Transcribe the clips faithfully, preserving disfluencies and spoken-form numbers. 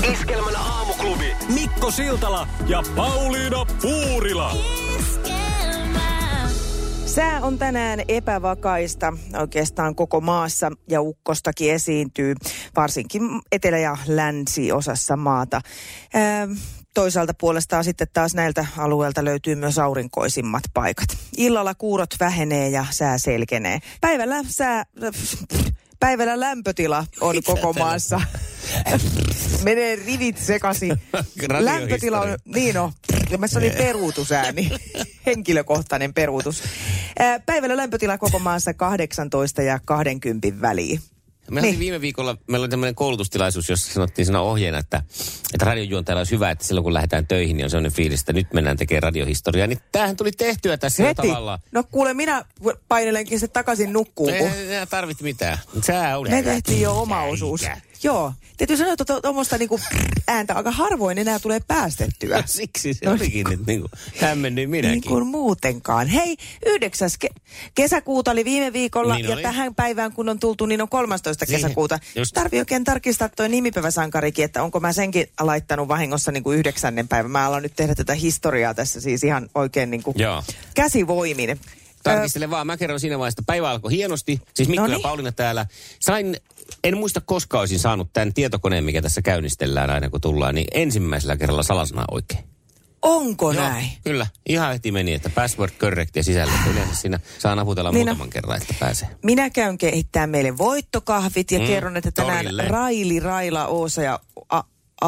Iskelmän aamuklubi. Mikko Siltala ja Pauliina Puurila. Sää on tänään epävakaista oikeastaan koko maassa ja ukkostakin esiintyy, varsinkin etelä- ja länsiosassa maata. Ää, toisaalta puolestaan sitten taas näiltä alueilta löytyy myös aurinkoisimmat paikat. Illalla kuurot vähenee ja sää selkenee. Päivällä sää... Päivällä lämpötila on Mitä koko maassa. Menee rivit sekaisin. Lämpötila on, niin on. Se oli peruutusääni. Henkilökohtainen peruutus. Päivällä lämpötila koko maassa kahdeksantoista ja kaksikymmentä väliin. Me niin. Viime viikolla, meillä oli tämmöinen koulutustilaisuus, jossa sanottiin sana ohjeena, että, että radiojuontajalla olisi hyvä, että silloin kun lähdetään töihin, niin on sellainen fiilis, että nyt mennään tekemään radiohistoriaa. Niin tämähän tuli tehtyä tässä Heti. tavalla. No kuule, minä painelenkin se takaisin nukkuun. Ei, ei tarvitse mitään. Sää on. Me tehtiin jo oma osuus. Joo. Täytyy sanoa, että tuommoista niinku ääntä aika harvoin enää tulee päästettyä. No, siksi se olikin nyt niinku hämmennyin minäkin. Niin kuin muutenkaan. Hei, yhdeksäs ke- kesäkuuta oli viime viikolla niin ja oli. Tähän päivään kun on tultu, niin on kolmastoista Siihen, kesäkuuta. Just. Tarvii oikein tarkistaa toi nimipäiväsankarikin, että onko mä senkin laittanut vahingossa niinku yhdeksännen päivän. Mä alan nyt tehdä tätä historiaa tässä siis ihan oikein niinku käsivoimin. Tarkistele Ö... vaan. Mä kerron siinä vaiheessa, että päivä alkoi hienosti. Siis Mikko Noniin. Ja Pauliina täällä. Sain, en muista koskaan olisin saanut tämän tietokoneen, mikä tässä käynnistellään aina kun tullaan, niin ensimmäisellä kerralla salasana oikein. Onko Joo, näin? Kyllä. Ihan heti meni, että password correct ja sisällä. Yleensä siinä saa naputella niin muutaman no, kerran, että pääsee. Minä käyn kehittää meille voittokahvit ja mm, kerron, että tänään torille. Raili, Raila, Oosa ja A-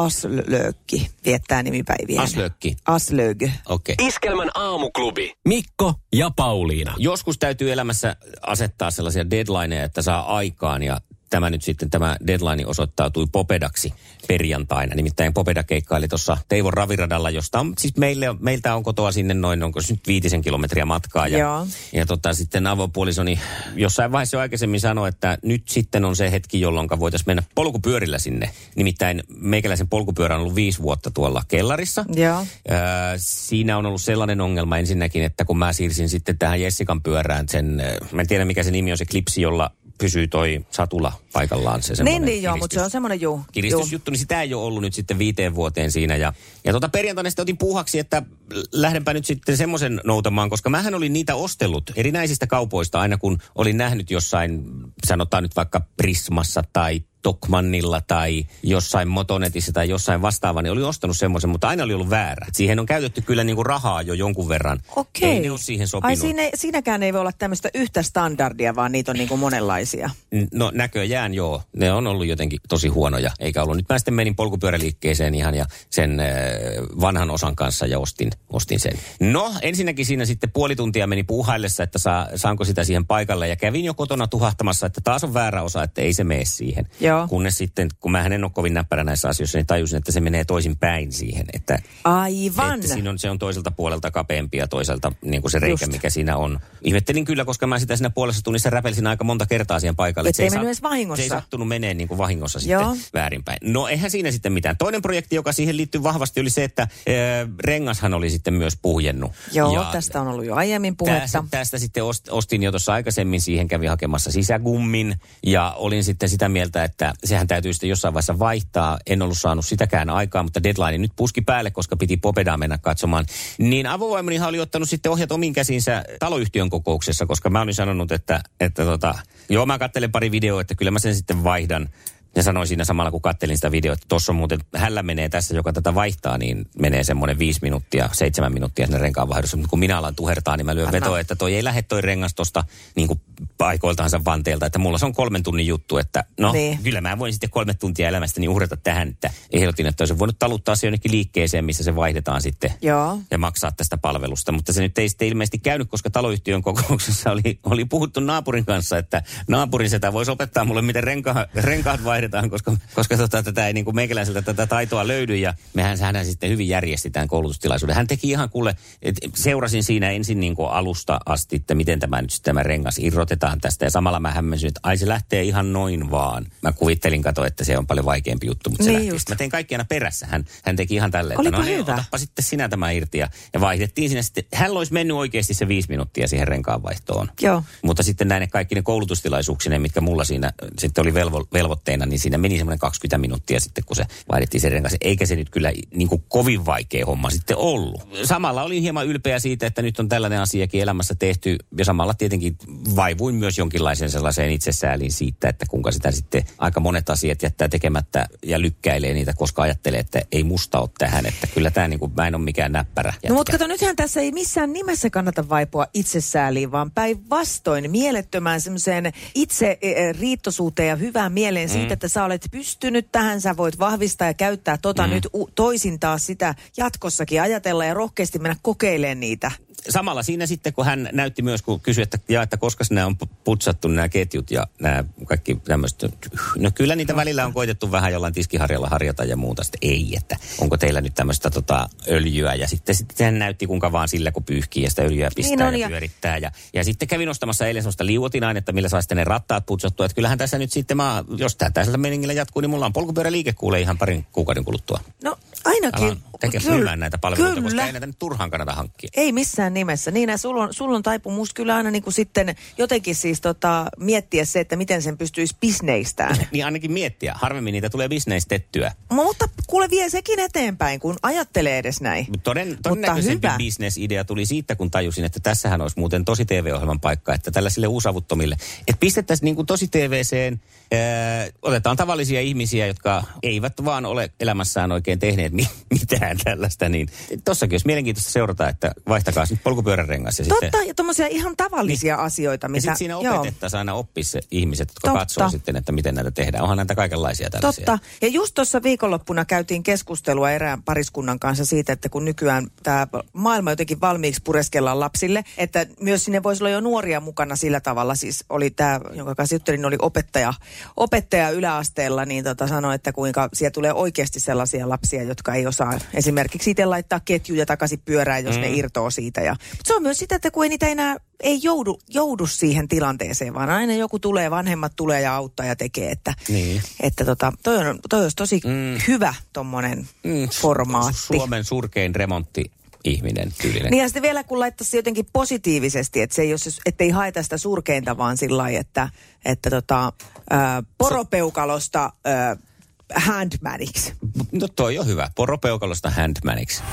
Aslöökki viettää nimipäiviä. Aslöökki. Aslöög. Okei. Okay. Iskelmän aamuklubi. Mikko ja Pauliina. Joskus täytyy elämässä asettaa sellaisia deadlineja, että saa aikaan ja tämä nyt sitten, tämä deadline osoittautui Popedaksi perjantaina. Nimittäin Popeda keikkaili tuossa Teivon raviradalla, josta on, siis meille, meiltä on kotoa sinne noin, onko se nyt viitisen kilometriä matkaa. Ja, Joo. ja tota, sitten avopuolisoni jossain vaiheessa jo aikaisemmin sanoi, että nyt sitten on se hetki, jolloin voitaisiin mennä polkupyörillä sinne. Nimittäin meikäläisen polkupyörä on ollut viisi vuotta tuolla kellarissa. Joo. Öö, siinä on ollut sellainen ongelma ensinnäkin, että kun mä siirsin sitten tähän Jessikan pyörään sen, mä en tiedä mikä se nimi on, se klipsi, jolla pysyy toi satula paikallaan. Se niin, niin joo, mutta se on semmoinen juu. Kiristysjuttu, niin sitä ei ole ollut nyt sitten viiteen vuoteen siinä. Ja, ja tuota perjantaina sitten otin puuhaksi, että lähdenpä nyt sitten semmoisen noutamaan, koska mähän olin niitä ostellut erinäisistä kaupoista aina kun olin nähnyt jossain, sanotaan nyt vaikka Prismassa tai Tokmannilla tai jossain Motonetissa tai jossain vastaavaa, niin oli ostanut semmoisen, mutta aina oli ollut väärä. Siihen on käytetty kyllä niin kuin rahaa jo jonkun verran. Okei. Ei ne ole siihen sopinut. Ai siinä, siinäkään ei voi olla tämmöistä yhtä standardia, vaan niitä on niin kuin monenlaisia. No näköjään joo. Ne on ollut jotenkin tosi huonoja, eikä ollut. Nyt mä sitten menin polkupyöräliikkeeseen ihan ja sen äh, vanhan osan kanssa ja ostin, ostin sen. No ensinnäkin siinä sitten puoli tuntia meni puuhaillessa, että saa, saanko sitä siihen paikalle ja kävin jo kotona tuhahtamassa, että taas on väärä osa, että ei se mene siihen. Joo. Kunnes sitten, kun mä en ole kovin näppärä näissä asioissa, niin tajusin, että se menee toisin päin siihen. Että, Aivan. Että siinä on, se on toiselta puolelta kapeampi ja toiselta niin kuin se reikä, Just. mikä siinä on. Ihmettelin kyllä, koska mä sitä siinä puolessa tunnissa räpelsin aika monta kertaa siihen paikalle. Että ei mennyt edes vahingossa. Se ei sattunut menee niin kuin vahingossa Joo. sitten väärinpäin. No eihän siinä sitten mitään. Toinen projekti, joka siihen liittyy vahvasti, oli se, että e, rengashan oli sitten myös puhjennut. Joo, ja tästä on ollut jo aiemmin puhetta. Tästä, tästä sitten ostin jo tuossa aikaisemmin, siihen kävin hakemassa sisägummin ja olin sitten sitä mieltä, että sehän täytyy sitten jossain vaiheessa vaihtaa. En ollut saanut sitäkään aikaa, mutta deadline nyt puski päälle, koska piti Popedaan mennä katsomaan. Niin avovaimonihan oli ottanut sitten ohjat omiin käsinsä taloyhtiön kokouksessa, koska mä olin sanonut, että, että tota, joo mä katselen pari videoa, että kyllä mä sen sitten vaihdan. Ja sanoin siinä samalla, kun kattelin sitä videoa, että tuossa on muuten, hällä menee tässä, joka tätä vaihtaa, niin menee semmoinen viisi minuuttia, seitsemän minuuttia sinne renkaanvaihdossa. Mutta kun minä alan tuhertaa, niin mä lyön vetoa, että toi ei lähde toi rengas tosta niin kuin paikoiltaansa vanteelta. Että mulla se on kolmen tunnin juttu, että no niin. Kyllä mä voin sitten kolme tuntia elämästäni uhrata tähän, että ehdotin, että olisi voinut taluttaa se jonnekin liikkeeseen, missä se vaihdetaan sitten. Joo. Ja maksaa tästä palvelusta. Mutta se nyt ei sitten ilmeisesti käynyt, koska taloyhtiön kokouksessa oli, oli puhuttu naapurin kanssa, että naapurin setä voisi opettaa mulle, miten renka, renkaat vaihdetaan, koska, koska tota, tätä ei niin kuin meikäläiseltä tätä taitoa löydy. Ja mehän hän sitten hyvin järjesti tämän koulutustilaisuuden. Hän teki ihan kuule, että seurasin siinä ensin niin kuin alusta asti, että miten tämä nyt sitten tämä rengas irrotetaan tästä. Ja samalla mä hämmensin, että ai se lähtee ihan noin vaan. Mä kuvittelin, kato, että se on paljon vaikeampi juttu, mutta se niin lähti. Mä tein kaikki aina perässä. Hän, hän teki ihan tälleen, että no niin, otappa sitten sinä tämä irti. Ja, ja vaihdettiin siinä sitten. Hän olisi mennyt oikeasti se viisi minuuttia siihen renkaanvaihtoon. Joo. Mutta sitten näin kaikki ne koulutustilaisuuksine, mitkä mulla siinä sitten oli velvo, velvoitteina, niin siinä meni semmoinen kaksikymmentä minuuttia sitten, kun se vaihdettiin se rengas. Eikä se nyt kyllä niin kuin kovin vaikea homma sitten ollut. Samalla olin hieman ylpeä siitä, että nyt on tällainen asiakin elämässä tehty. Ja samalla tietenkin vaivuin myös jonkinlaisen sellaiseen itsesääliin siitä, että kuinka sitä sitten aika monet asiat jättää tekemättä ja lykkäilee niitä, koska ajattelee, että ei musta ole tähän. Että kyllä tämä niin kuin, mä en ole mikään näppärä jätkä. No mutta kato, nythän tässä ei missään nimessä kannata vaipua itsesääliin, vaan päinvastoin mielettömään semmoiseen itse e, riittosuuteen ja hyvään mieleen mm. siitä, että sä olet pystynyt tähän, sä voit vahvistaa ja käyttää tota mm. nyt u- toisin taas sitä jatkossakin ajatella ja rohkeasti mennä kokeilemaan niitä. Samalla siinä sitten, kun hän näytti myös, kun kysyi, että, ja, että koska nämä on putsattu nämä ketjut ja nämä kaikki tämmöistä. No kyllä niitä välillä on koitettu vähän jollain tiskiharjalla harjata ja muuta. Sitten ei, että onko teillä nyt tämmöistä tota, öljyä. Ja sitten, sitten hän näytti kuinka vaan sillä, kun pyyhkii ja sitä öljyä pistää niin on, ja, ja pyörittää. Ja, ja sitten kävin ostamassa eilen sellaista liuotinainetta, millä saa sitten ne rattaat putsattua. Että kyllähän tässä nyt sitten, mä, jos tämä tällä meningillä jatkuu, niin mulla on polkupyöräliike kuulee ihan parin kuukauden kuluttua. No ainakin. Tekee myymään näitä palveluita, kyllä. Koska ei näitä nyt turhaan kannata hankkia. Ei missään nimessä. Niin, sulla on, sul on taipumus kyllä aina niin kuin sitten jotenkin siis tota, miettiä se, että miten sen pystyisi bisneistään. Niin ainakin miettiä. Harvemmin niitä tulee bisneistettyä. Mutta kuule vie sekin eteenpäin, kun ajattelee edes näin. Toden, todennäköisempi bisnesidea tuli siitä, kun tajusin, että tässähän olisi muuten tosi T V-ohjelman paikka, että tällaisille uusavuttomille. Että pistettäisiin niin kuin tosi T V-seen, ää, otetaan tavallisia ihmisiä, jotka eivät vaan ole elämässään oikein tehneet mi- mitään tällaista. Niin tossakin olisi mielenkiintoista seurata, että vaihtakaa nyt polkupyörärengas. Ja totta, sitten, ja tommosia ihan tavallisia niin, asioita. Mitä, ja sitten siinä opetettaisiin aina oppisi ihmiset, jotka totta. Katsoo sitten, että miten näitä tehdään. Onhan näitä kaikenlaisia tällaisia. Totta. Ja just tuossa viikonloppuna käytiin keskustelua erään pariskunnan kanssa siitä, että kun nykyään tämä maailma jotenkin valmiiksi pureskellaan lapsille, että myös sinne voisi olla jo nuoria mukana sillä tavalla. Siis oli tämä, jonka kanssa juttelin, oli opettaja, opettaja yläasteella, niin tota sanoi, että kuinka siellä tulee oikeasti sellaisia lapsia, jotka ei osaa esimerkiksi itse laittaa ketjuja takaisin pyörään, jos mm. ne irtoo siitä. Ja, mutta se on myös sitä, että kun ei niitä enää ei joudu, joudu siihen tilanteeseen, vaan aina joku tulee, vanhemmat tulee ja auttaa ja tekee, että, niin. että tota, toi, on, toi olisi tosi mm. hyvä tommonen mm. formaatti. Suomen surkein remontti. Ihminen tyylinen. Niin ja sitten vielä kun laittaisi jotenkin positiivisesti, että se ei jos, ettei haeta sitä surkeinta, vaan sillä lailla, että, että tota, ää, poropeukalosta ää, handmaniksi. No toi on hyvä. Poropeukalosta handmaniksi.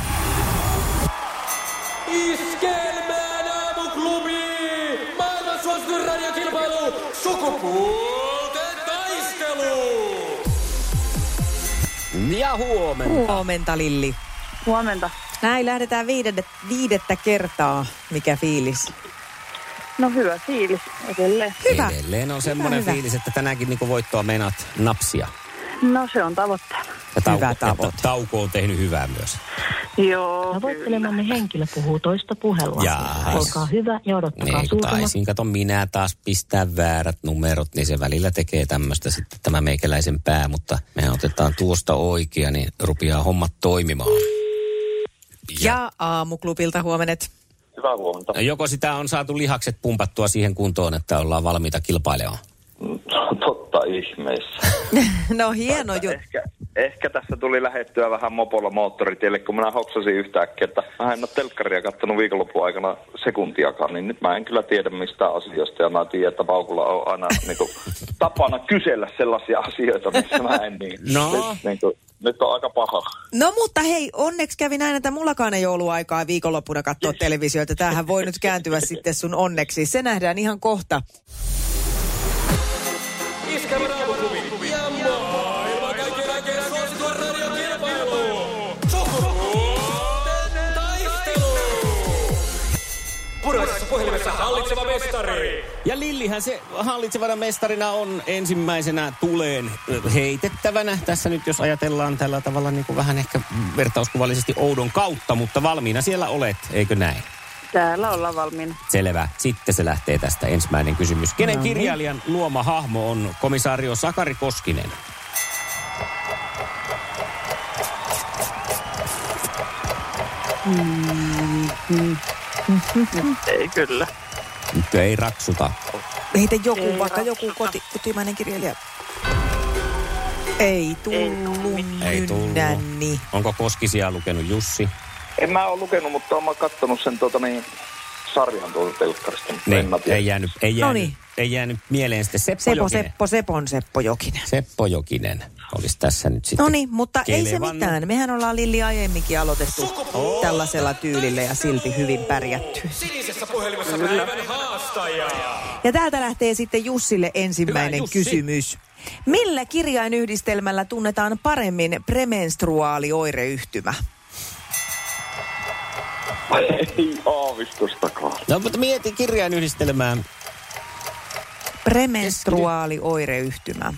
Iskelmään aamuklubi! Maailman suosituin radiokilpailu! Sukupuolten taistelu! Ja huomenta. Huomenta, Lilli. Huomenta. Näin lähdetään viidettä, viidettä kertaa. Mikä fiilis? No hyvä fiilis edelleen. Hyvä. Edelleen on semmoinen hyvä fiilis, että tänäänkin niinku voittoa meinaat napsia. No se on tavoitteena. Ja tauko, hyvä tavoite. Tauko on tehnyt hyvää myös. Joo, tavoittelemamme henkilö puhuu toista puhelua. Jaas. Olkaa hyvä ja odottakaa niin, suutama. Taisin, kato minä taas pistää väärät numerot, niin se välillä tekee tämmöistä sitten tämä meikäläisen pää, mutta mehän otetaan tuosta oikea, niin rupeaa hommat toimimaan. Ja, ja aamuklubilta huomenet. Hyvää huomenta. Joko sitä on saatu lihakset pumpattua siihen kuntoon, että ollaan valmiita kilpailemaan? Totta ihmeessä. No hieno juttu. Ehkä, ehkä tässä tuli lähettyä vähän mopolla moottoritielle, kun minä hoksasin yhtäkkiä, että mä en ole telkkaria katsonut viikonlopun aikana sekuntiakaan, niin nyt mä en kyllä tiedä mistään asioista, ja mä tiedän, että Paukulla on aina niin kuin, tapana kysellä sellaisia asioita, missä mä en niin, no. nyt, niin kuin, nyt on aika paha. No mutta hei, onneksi kävi näin, että mullakaan ei ollut aikaa viikonloppuna katsoa televisioita. Tämähän voi nyt kääntyä sitten sun onneksi. Se nähdään ihan kohta. Iskelmän aamuklubi ja maailman kaikkien aikeen suosituen radiokilpailu. Sukupuolten taistelu. Puraisessa puhelimessa hallitseva mestari. Ja Lillihän se hallitsevana mestarina on ensimmäisenä tuleen heitettävänä. Tässä nyt jos ajatellaan tällä tavalla niin kuin vähän ehkä vertauskuvallisesti oudon kautta, mutta valmiina siellä olet, eikö näin? Täällä ollaan valmiina. Selvä. Sitten se lähtee tästä ensimmäinen kysymys. Kenen no, kirjailijan luoma hahmo on komisario Sakari Koskinen? Mm-hmm. Ei kyllä. Nyt ei raksuta. Heitä joku, ei vaikka raksuta. joku koti, kotimainen kirjailija. Ei tullut. Ei tullut. Nänni. Onko Koskisia lukenut Jussi? En mä ole lukenut, mutta olen katsonut sen tuota niin, sarjan tuolta telkkarista. Niin, ei jäänyt, ei jäänyt, Noniin. ei jäänyt mieleen sitten Seppo Sepo, Jokinen. Seppo, Sepon Seppo Jokinen. Seppo Jokinen olisi tässä nyt sitten. No niin, mutta ei se kelevannut. mitään. Mehän ollaan Lilli aiemminkin aloitettu tällaisella tyylillä ja silti hyvin pärjätty. Sinisessä puhelimessa päivän haastaja. Ja täältä lähtee sitten Jussille ensimmäinen Hyvä, Jussi. kysymys. Millä kirjainyhdistelmällä tunnetaan paremmin premenstruaalioireyhtymä? Ei aavistustakaan. No, mutta mieti kirjainyhdistelmää. Premenstruaalioireyhtymä.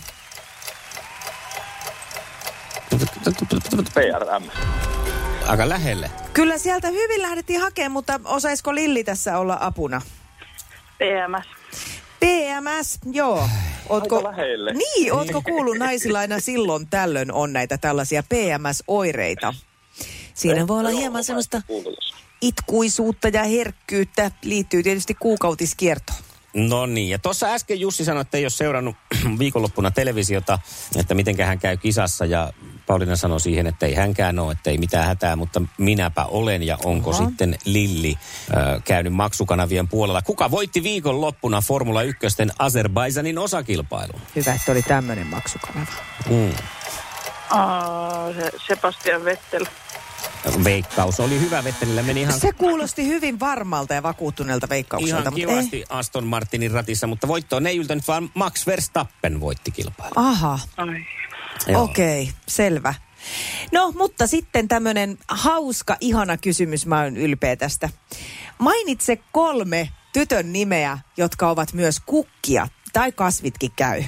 P R M. Aika lähelle. Kyllä sieltä hyvin lähdettiin hakemaan, mutta osaisiko Lilli tässä olla apuna? P M S. P M S, joo. Ootko, Aika lähelle. niin, ootko kuullut naisilla aina silloin tällöin on näitä tällaisia P M S-oireita? Siinä voi olla hieman sellaista itkuisuutta ja herkkyyttä, liittyy tietysti kuukautiskiertoon. No niin, ja tuossa äsken Jussi sanoi, että ei ole seurannut viikonloppuna televisiota, että mitenkä hän käy kisassa, ja Pauliina sanoi siihen, että ei hänkään ole, että ei mitään hätää, mutta minäpä olen, ja onko Oho. sitten Lilli äh, käynyt maksukanavien puolella. Kuka voitti viikonloppuna Formula ykkösten Azerbaidžanin osakilpailun? Hyvä, että oli tämmöinen maksukanava. Mm. Aa, se Sebastian Vettel. Veikkaus oli hyvä, Vettelillä meni ihan... Se kuulosti hyvin varmalta ja vakuuttuneelta veikkaukselta. Ihan mutta kivasti ei. Aston Martinin ratissa, mutta voittoon ei yltänyt, vaan Max Verstappen voitti kilpailun. Aha, Ai. okei, okay, selvä. No, mutta sitten tämmöinen hauska, ihana kysymys, mä oon ylpeä tästä. Mainitse kolme tytön nimeä, jotka ovat myös kukkia, tai kasvitkin käy.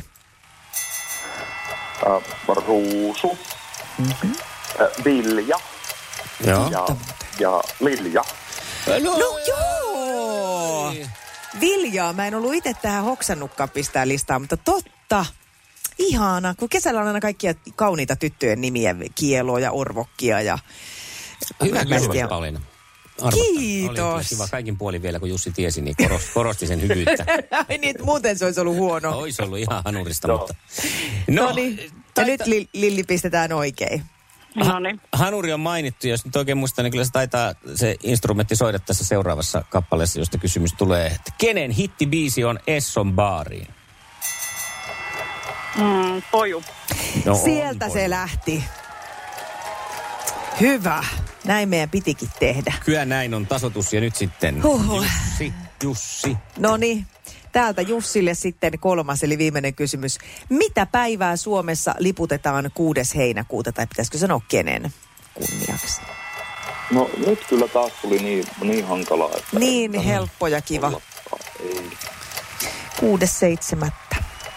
Äh, ruusu. Mm-hmm. Äh, Vilja. Joo. Ja, ja Lilja. No, No joo! Viljaa, mä en ollut itse tähän hoksannutkaan pistää listaa, mutta totta. Ihana, kun kesällä on aina kaikkia kauniita tyttöjen nimiä, Kieloa ja Orvokkia ja... Hyvä Mä en kysymys, tiedä. Pauliina. Arvostan. Kiitos. Oli kyllä kiva kaikin puolin vielä, kun Jussi tiesi, niin korosti, korosti sen hyvyyttä. Ai niin, että muuten se olisi ollut huono. Olisi ollut ihan hanurista, Joo. mutta... No niin, ja taita- nyt Li- Lilli pistetään oikein. No niin. Hanuri on mainittu, jos nyt oikein muistan, niin kyllä se taitaa se instrumentti soida tässä seuraavassa kappaleessa, josta kysymys tulee. Että kenen hittibiisi on Esson baariin? Mm, poju. No, Sieltä on, se on. lähti. Hyvä. Näin meidän pitikin tehdä. Kyllä näin on tasoitus ja nyt sitten Huhhuh. Jussi, Jussi. No niin, täältä Jussille sitten kolmas eli viimeinen kysymys. Mitä päivää Suomessa liputetaan kuudes heinäkuuta, tai pitäisikö sanoa kenen kunniaksi? No nyt kyllä taas tuli niin, niin hankalaa. Että Niin ei- helppo ja kiva. Ei. Kuudes seitsemättä.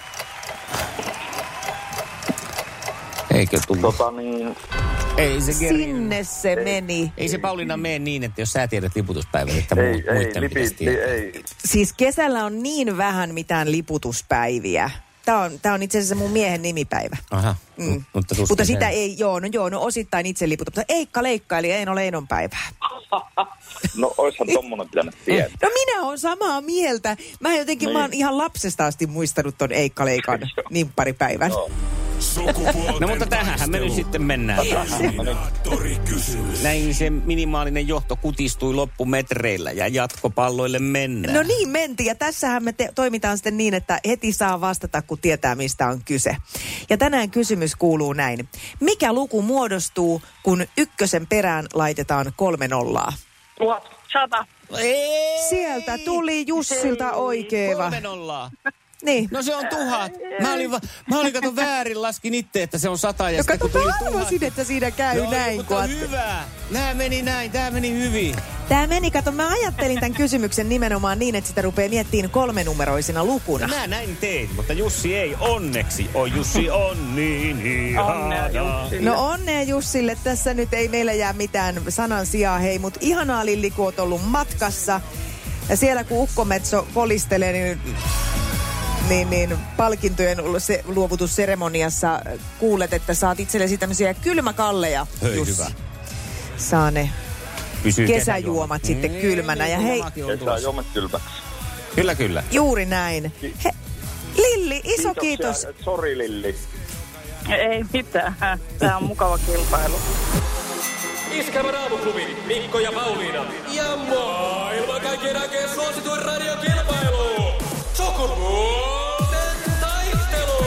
Eikö tullut? Tota niin, Ei se Geri. Sinne se meni. Ei se Pauliina mene niin, että jos sä tiedät liputuspäivän, että ei, muu, ei, muiden pitäisi lipit, tietää. ei. Siis kesällä on niin vähän mitään liputuspäiviä. Tämä on, tää on itse asiassa mun miehen nimipäivä. Aha, Mm. mutta tuskin Mutta se- sitä ei, joo, no joo, no osittain itse liputa. Mutta Eikka leikkaa, eli Eino Leinon päivää. No oishan tommonen pitänyt tietää. No minä olen samaa mieltä. Mä jotenkin, Niin. mä oon ihan lapsesta asti muistanut ton Eikka Leikan nimpparipäivän. Sukupuolten No mutta tähänhän me nyt sitten mennään. Eliminaattorikysymys. Näin se minimaalinen johto kutistui loppumetreillä ja jatkopalloille mennään. No niin mentiin, ja tässähän me te- toimitaan sitten niin, että heti saa vastata, kun tietää, mistä on kyse. Ja tänään kysymys kuuluu näin. Mikä luku muodostuu, kun ykkösen perään laitetaan kolme nollaa? Tuhat. Sata. Ei! Sieltä tuli Jussilta oikeeva. Kolme nollaa. Niin. No se on tuhat. Mä olin, va- mä olin kato väärin, laskin itse, että se on sata. Ja No sitten kato, kun tuli mä arvasin, että siinä käy Joo, näin. mutta Kun at- hyvä. Nää meni näin, tää meni hyvin. Tää meni, kato, mä ajattelin tämän kysymyksen nimenomaan niin, että sitä rupeaa miettimään kolmenumeroisina lukuna. Mä näin tein, mutta Jussi ei onneksi. Oi Jussi on niin Onnea ihana. Jussille. No onnea Jussille, tässä nyt ei meillä jää mitään sanan sijaa, hei, mutta ihanaa Lilli, kun oot ollut matkassa. Ja siellä kun Ukkometso kolistelee, niin, niin, niin palkintojen se, luovutusseremoniassa kuulet, että saat itsellesi tämmöisiä kylmäkalleja. Hei, Jussi. hyvä. Saa ne Pysyy kesäjuomat sitten Mm, kylmänä. Ja hei, lomakin on Kesä tulossa. juomet kylmäksi. Kyllä, kyllä. juuri näin. He, Lilli, iso kiitos. Kiitoksia. Sori Lilli. Ei mitään. Tämä on mukava kilpailu. Iskelmän aamuklubi, Mikko ja Pauliina. Ja maailman kaikkien aikeen suosituen radiokilpailu. Sukupuolten Sukupuolten taistelu!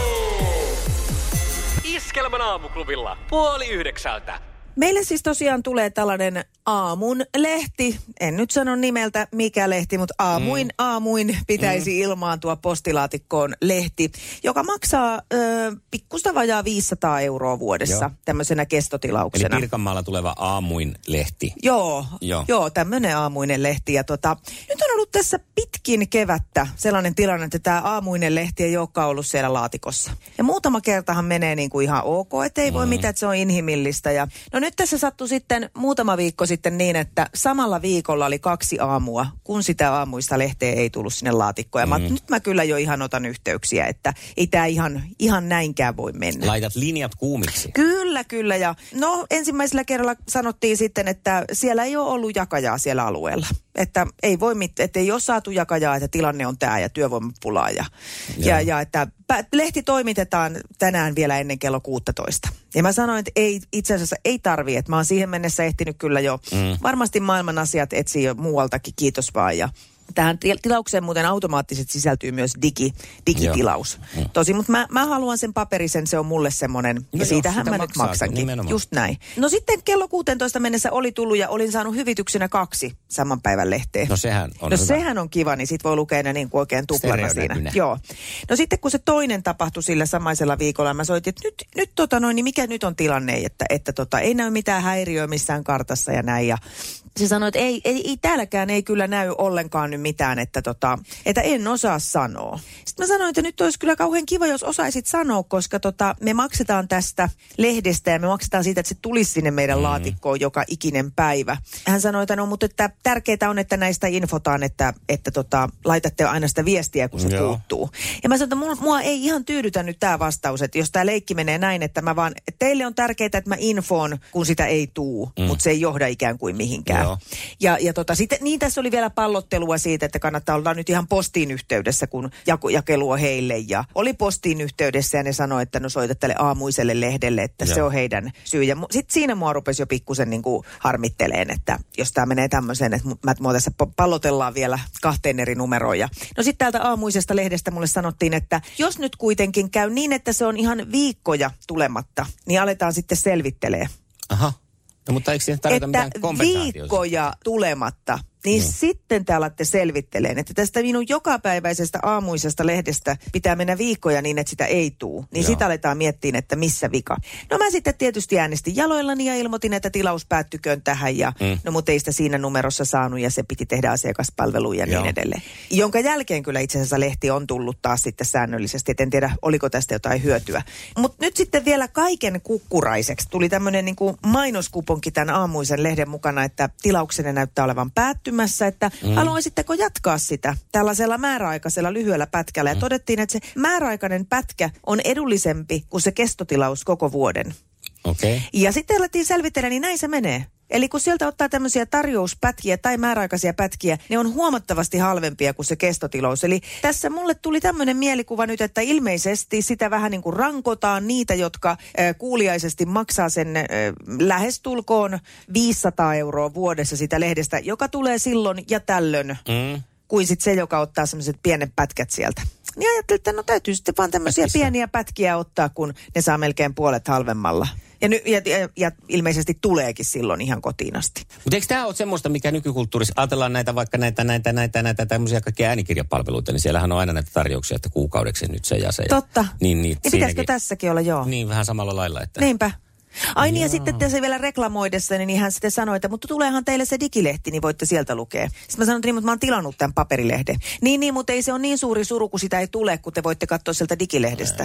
Iskelmän aamuklubilla puoli yhdeksältä. Meille siis tosiaan tulee tällainen aamun lehti. En nyt sano nimeltä mikä lehti, mutta aamuin mm. aamuin pitäisi mm. ilmaantua postilaatikkoon lehti, joka maksaa ö, pikkusta vajaa viisisataa euroa vuodessa. Joo. Tämmöisenä kestotilauksena. Eli Pirkanmaalla tuleva aamuin lehti. Joo, joo. joo tämmöinen aamuinen lehti. Ja tota, nyt on ollut tässä pitkin kevättä sellainen tilanne, että tämä aamuinen lehti ei olekaan ollut siellä laatikossa. Ja muutama kertahan menee niin kuin ihan ok, että ei voi mm. mitään, että se on inhimillistä. Ja, no nyt tässä sattui sitten muutama viikko sitten niin, että samalla viikolla oli kaksi aamua, kun sitä aamuista lehteä ei tullut sinne laatikkoon. Ja mm. mä, nyt mä kyllä jo ihan otan yhteyksiä, että ei tämä ihan, ihan näinkään voi mennä. Laitat linjat kuumiksi. Kyllä, kyllä. Ja no ensimmäisellä kerralla sanottiin sitten, että siellä ei ole ollut jakajaa siellä alueella. Että ei voi mit, että ei ole saatu jakajaa, että tilanne on tämä ja työvoimapulaa. Ja, ja, ja että lehti toimitetaan tänään vielä ennen kello kuusitoista. Ja mä sanoin, että ei, itse asiassa ei tarvii, että mä oon siihen mennessä ehtinyt kyllä jo mm. varmasti maailman asiat etsiä jo muualtakin, kiitos vaan. Ja tähän tilaukseen muuten automaattisesti sisältyy myös digi, digitilaus. Joo. Tosi, mutta mä, mä haluan sen paperisen, se on mulle semmoinen, no ja siitähän joo, mä nyt maksankin. Nimenomaan. Just näin. No sitten kello kuusitoista mennessä oli tullut ja olin saanut hyvityksenä kaksi saman päivän lehteä. No sehän on No hyvä. sehän on kiva, niin sit voi lukea ne niin kuin oikein tuplana siinä. Joo. No sitten kun se toinen tapahtui sillä samaisella viikolla, mä soitin, että nyt, nyt tota noin, niin mikä nyt on tilanne, että, että tota, ei näy mitään häiriöä missään kartassa ja näin. Ja se sanoi, että ei, ei, ei täälläkään ei kyllä näy ollenkaan nyt mitään, että, tota, että en osaa sanoa. Sitten mä sanoin, että nyt olisi kyllä kauhean kiva, jos osaisit sanoa, koska tota, me maksetaan tästä lehdestä ja me maksetaan siitä, että se tulisi sinne meidän mm. laatikkoon joka ikinen päivä. Hän sanoi, että no, mutta että tärkeää on, että näistä infotaan, että, että tota, laitatte aina sitä viestiä, kun se Joo. puuttuu. Ja mä sanoin, että mua, mua ei ihan tyydytä nyt tämä vastaus, että jos tämä leikki menee näin, että mä vaan, että teille on tärkeää, että mä infoon, kun sitä ei tuu, mm. mutta se ei johda ikään kuin mihinkään. Joo. Ja, ja tota, sitten, niin tässä oli vielä pallottelua siitä, että kannattaa olla nyt ihan postiin yhteydessä, kun jako, jakelu on heille. Ja oli postiin yhteydessä ja ne sanoi, että no soita tälle aamuiselle lehdelle, että Joo. se on heidän syy. Ja sitten siinä mua rupesi jo pikkusen niin kuin harmitteleen, että jos tämä menee tämmöiseen, että mä, mua tässä pallotellaan vielä kahteen eri numeroon. Ja no sitten täältä aamuisesta lehdestä mulle sanottiin, että jos nyt kuitenkin käy niin, että se on ihan viikkoja tulematta, niin aletaan sitten selvittelee. Aha. No, mutta eikö siihen tarvita mitään kompensaatioita? Viikkoja tulematta, niin no. sitten te alatte selvitteleen, että tästä minun jokapäiväisestä aamuisesta lehdestä pitää mennä viikkoja niin, että sitä ei tuu. Niin sitä aletaan miettiä, että missä vika. No mä sitten tietysti äänestin jaloillani ja ilmoitin, että tilaus päättyköön tähän. Ja mm. no mutta ei sitä siinä numerossa saanut ja se piti tehdä asiakaspalveluun ja Joo. niin edelleen. Jonka jälkeen kyllä itse asiassa lehti on tullut taas sitten säännöllisesti. Et en tiedä, oliko tästä jotain hyötyä. Mutta nyt sitten vielä kaiken kukkuraiseksi tuli tämmöinen niin kuin mainoskuponki tämän aamuisen lehden mukana, että tilauksenne näyttää olevan päättynyt. Että mm. haluaisitteko jatkaa sitä tällaisella määräaikaisella lyhyellä pätkällä. Ja mm. todettiin, että se määräaikainen pätkä on edullisempi kuin se kestotilaus koko vuoden. Okay. Ja sitten alettiin selvitellä, niin näin se menee. Eli kun sieltä ottaa tämmöisiä tarjouspätkiä tai määräaikaisia pätkiä, ne on huomattavasti halvempia kuin se kestotilous. Eli tässä mulle tuli tämmöinen mielikuva nyt, että ilmeisesti sitä vähän niin kuin rankotaan niitä, jotka äh, kuuliaisesti maksaa sen äh, lähestulkoon viisisataa euroa vuodessa sitä lehdestä, joka tulee silloin ja tällöin, mm. kuin sitten se, joka ottaa semmoiset pienet pätkät sieltä. Niin ajattelin, että no täytyy sitten vaan tämmöisiä Pätkissä. pieniä pätkiä ottaa, kun ne saa melkein puolet halvemmalla. Ja, ny, ja, ja, ja ilmeisesti tuleekin silloin ihan kotiin asti. Mutta eikö tämä ole semmoista, mikä nykykulttuurissa, ajatellaan näitä vaikka näitä, näitä, näitä, näitä tämmöisiä kaikkia äänikirjapalveluita, niin siellähän on aina näitä tarjouksia, että kuukaudeksi nyt se ja se. Totta. Niin, niin, ja pitäisikö tässäkin olla, joo? Niin, vähän samalla lailla. Että... Niinpä. Ai niin, ja sitten tässä vielä reklamoidessa, niin hän sitten sanoi, että mutta tuleehan teille se digilehti, niin voitte sieltä lukea. Sitten mä sanoin, että niin, mutta mä oon tilannut tämän paperilehden. Niin, niin, mutta ei se ole niin suuri suru, kun sitä ei tule, kun te voitte katsoa sieltä digilehdestä.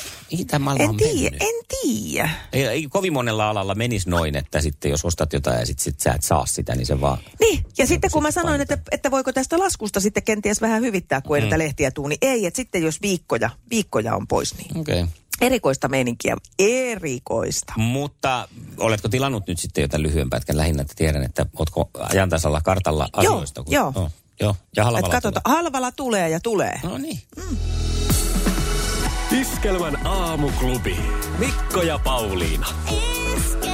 En tiedä, en tiedä. Ei, ei kovin monella alalla menisi noin, että sitten jos ostat jotain ja sitten sit sä et saa sitä, niin se vaan... Niin, ja sitten kun mä sanoin, että, että voiko tästä laskusta sitten kenties vähän hyvittää, kun ei mm. näitä lehtiä tuu, niin ei, että sitten jos viikkoja, viikkoja on pois, niin... Okei. Okay. Erikoista meininkiä. Erikoista. Mutta oletko tilannut nyt sitten jotain lyhyen pätkän lähinnä, että tiedän, että ootko ajantasalla kartalla asioista? Joo, joo. Oh, joo. Ja halvalla katsotaan, tulee. Halvalla tulee ja tulee. No niin. Mm. Iskelmän aamuklubi. Mikko ja Pauliina. Iskelmä.